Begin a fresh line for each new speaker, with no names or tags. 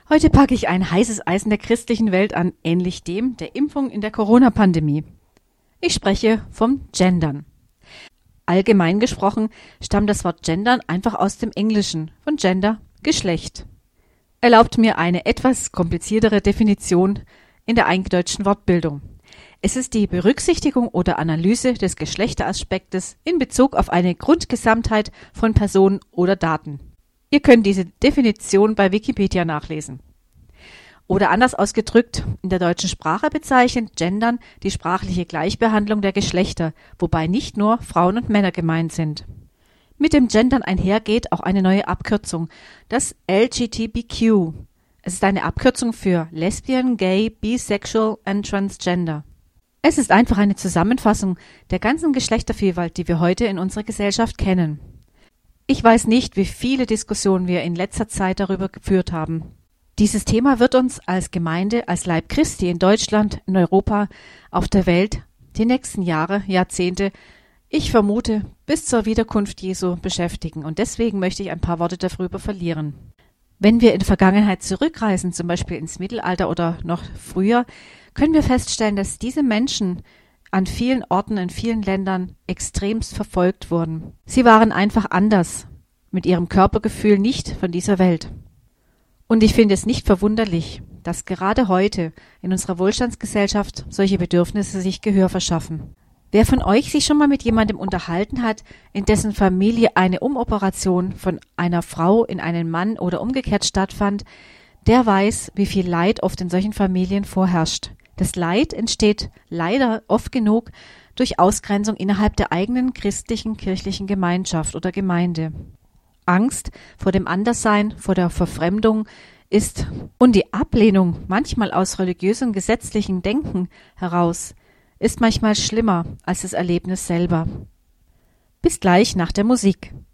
Heute packe ich ein heißes Eisen der christlichen Welt an, ähnlich dem der Impfung in der Corona-Pandemie. Ich spreche vom Gendern. Allgemein gesprochen stammt das Wort Gendern einfach aus dem Englischen, von Gender, Geschlecht. Erlaubt mir eine etwas kompliziertere Definition in der eingedeutschten Wortbildung. Es ist die Berücksichtigung oder Analyse des Geschlechteraspektes in Bezug auf eine Grundgesamtheit von Personen oder Daten. Ihr könnt diese Definition bei Wikipedia nachlesen. Oder anders ausgedrückt, in der deutschen Sprache bezeichnet Gendern die sprachliche Gleichbehandlung der Geschlechter, wobei nicht nur Frauen und Männer gemeint sind. Mit dem Gendern einhergeht auch eine neue Abkürzung, das LGBTQ. Es ist eine Abkürzung für Lesbian, Gay, Bisexual and Transgender. Es ist einfach eine Zusammenfassung der ganzen Geschlechtervielfalt, die wir heute in unserer Gesellschaft kennen. Ich weiß nicht, wie viele Diskussionen wir in letzter Zeit darüber geführt haben. Dieses Thema wird uns als Gemeinde, als Leib Christi in Deutschland, in Europa, auf der Welt die nächsten Jahre, Jahrzehnte, ich vermute, bis zur Wiederkunft Jesu beschäftigen. Und deswegen möchte ich ein paar Worte darüber verlieren. Wenn wir in der Vergangenheit zurückreisen, zum Beispiel ins Mittelalter oder noch früher, können wir feststellen, dass diese Menschen an vielen Orten, in vielen Ländern extremst verfolgt wurden. Sie waren einfach anders, mit ihrem Körpergefühl nicht von dieser Welt. Und ich finde es nicht verwunderlich, dass gerade heute in unserer Wohlstandsgesellschaft solche Bedürfnisse sich Gehör verschaffen. Wer von euch sich schon mal mit jemandem unterhalten hat, in dessen Familie eine Umoperation von einer Frau in einen Mann oder umgekehrt stattfand, der weiß, wie viel Leid oft in solchen Familien vorherrscht. Das Leid entsteht leider oft genug durch Ausgrenzung innerhalb der eigenen christlichen kirchlichen Gemeinschaft oder Gemeinde. Angst vor dem Anderssein, vor der Verfremdung ist und die Ablehnung, manchmal aus religiösem gesetzlichen Denken heraus, ist manchmal schlimmer als das Erlebnis selber. Bis gleich nach der Musik.